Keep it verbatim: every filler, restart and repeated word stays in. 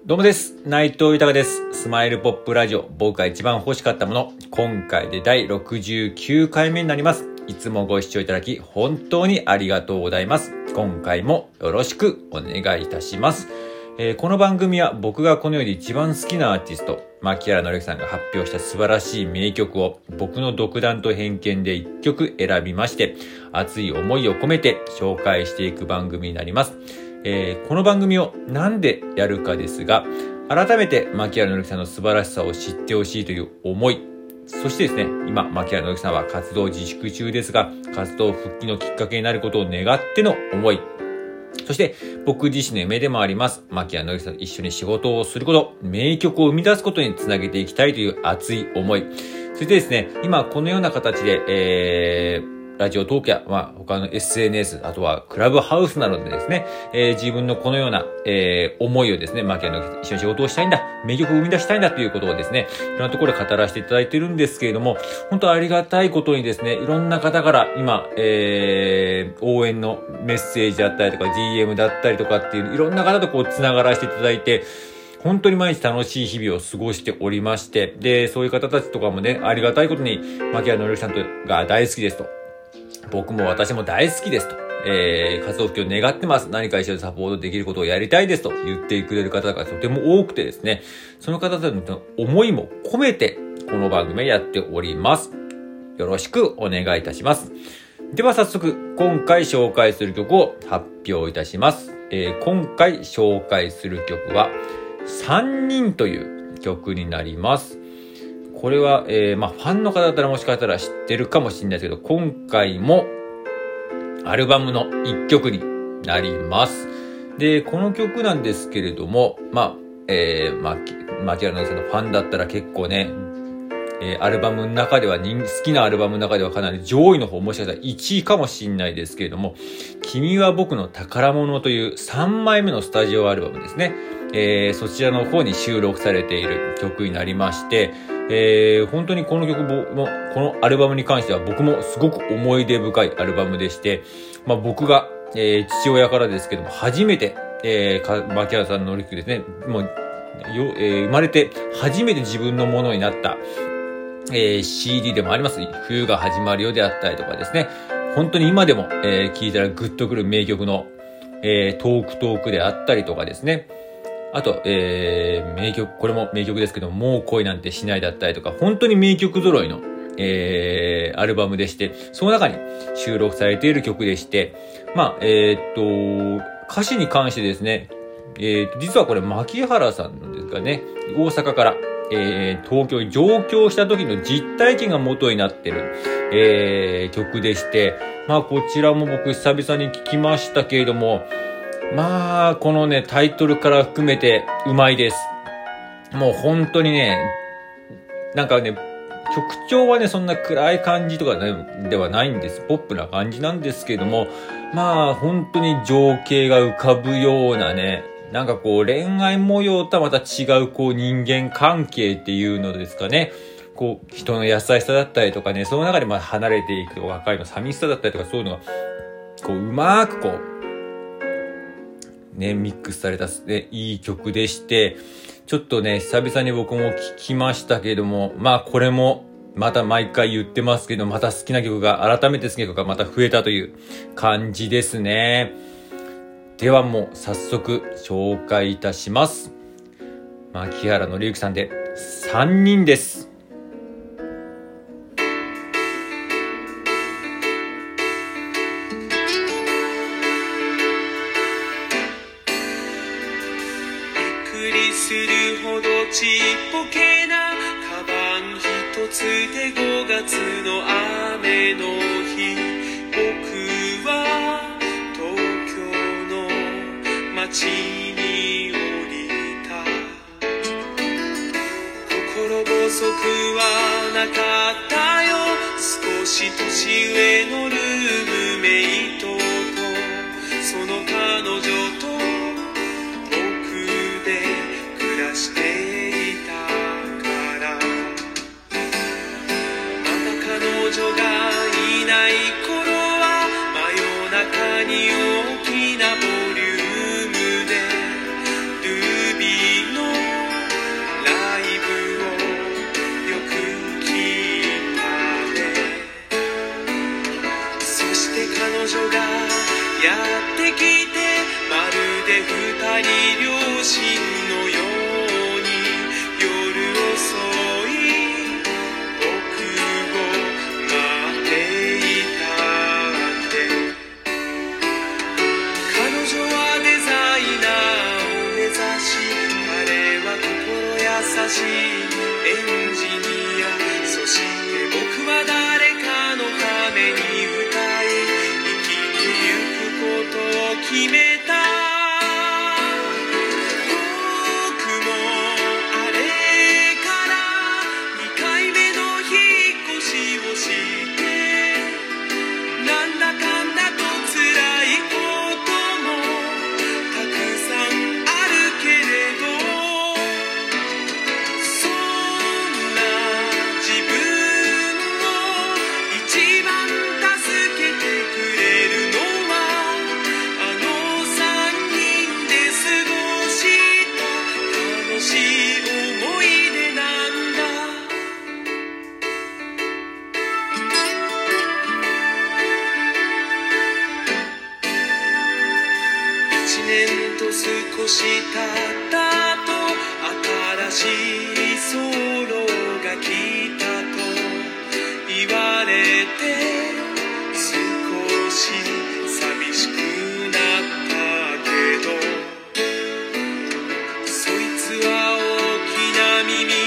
どうもです。内藤豊です。スマイルポップラジオ、僕が一番欲しかったもの、今回でだいろくじゅうきゅうかいめになります。いつもご視聴いただき本当にありがとうございます。今回もよろしくお願いいたします。えー、この番組は僕がこの世で一番好きなアーティスト、牧原紀之さんが発表した素晴らしい名曲を僕の独断と偏見でいっきょく選びまして、熱い思いを込めて紹介していく番組になります。えー、この番組をなんでやるかですが、改めて牧原紀之さんの素晴らしさを知ってほしいという思い、そしてですね、今牧原紀之さんは活動自粛中ですが、活動復帰のきっかけになることを願っての思い、そして僕自身の夢でもあります牧原紀之さんと一緒に仕事をすること、名曲を生み出すことにつなげていきたいという熱い思い、そしてですね、今このような形で、えーラジオトークや、まあ、他の エスエヌエス、あとはクラブハウスなどでですね、えー、自分のこのような、えー、思いをですね、牧原の一緒に仕事をしたいんだ、名曲を生み出したいんだということをですね、いろんなところで語らせていただいているんですけれども、本当ありがたいことにですね、いろんな方から今、えー、応援のメッセージだったりとか、ディーエム だったりとかっていう、いろんな方とこう繋がらせていただいて、本当に毎日楽しい日々を過ごしておりまして、で、そういう方たちとかもね、ありがたいことに、牧原紀之さんが大好きですと。僕も私も大好きですと。えー、活動復帰を願ってます。何か一緒にサポートできることをやりたいですと言ってくれる方がとても多くてですね、その方たちの思いも込めて、この番組をやっております。よろしくお願いいたします。では早速、今回紹介する曲を発表いたします。えー、今回紹介する曲は、さんにんという曲になります。これは、えー、まあ、ファンの方だったらもしかしたら知ってるかもしれないですけど、今回もアルバムの一曲になります。で、この曲なんですけれども、まあ、えー、まあ、牧原紀之さんのファンだったら結構ね、えー、アルバムの中では人、好きなアルバムの中ではかなり上位の方、もしかしたらいちいかもしれないですけれども、君は僕の宝物というさんまいめのスタジオアルバムですね。えー、そちらの方に収録されている曲になりまして、えー、本当にこの曲も、このアルバムに関しては僕もすごく思い出深いアルバムでして、まあ僕が、えー、父親からですけども、初めて、えー、牧原さんのリクですね、もう、よえー、生まれて初めて自分のものになった、えー、シーディー でもあります。冬が始まるよであったりとかですね、本当に今でも、えー、聴いたらグッとくる名曲の、えー、トークトークであったりとかですね、あと、えー、名曲、これも名曲ですけども、もう恋なんてしないだったりとか、本当に名曲揃いの、えー、アルバムでして、その中に収録されている曲でして、まあ、えー、っと、歌詞に関してですね、えー、実はこれ、牧原さんのですかね、大阪から、えー、東京に上京した時の実体験が元になっている、えー、曲でして、まあ、こちらも僕久々に聞きましたけれども、まあ、このね、タイトルから含めてうまいです。もう本当にね、なんかね、曲調はね、そんな暗い感じとか、ね、ではないんです。ポップな感じなんですけれども、まあ、本当に情景が浮かぶようなね、なんかこう、恋愛模様とはまた違う、こう、人間関係っていうのですかね。こう、人の優しさだったりとかね、その中でまあ離れていく若いの寂しさだったりとか、そういうのが、こう、うまくこう、ね、ミックスされた、ね、いい曲でして、ちょっとね、久々に僕も聴きましたけれども、まあこれも、また毎回言ってますけど、また好きな曲が、改めて好きな曲がまた増えたという感じですね。ではもう早速紹介いたします。牧原紀之さんでさんにんです。 するほどちっぽけなカバン一つでごがつの雨の日、僕は東京の街に降りた。心細くはなかったよ、少し年上のルームメイトとその彼女としていたから、また彼女がいない頃は真夜中に大きなボリュームでルビーのしいエンジニア、そして僕は誰かのために歌い生きてゆくことを決めた。僕もあれからにかいめの引っ越しをして、なんだかんだと辛いこともたくさんあるけれど、そんな自分を一番助けてくれるのはあの三人で過ごした楽しい思い出なんだ。一年と少し経った後、新しいソロが来たと言われて、少し寂しくなったけど、そいつは大きな耳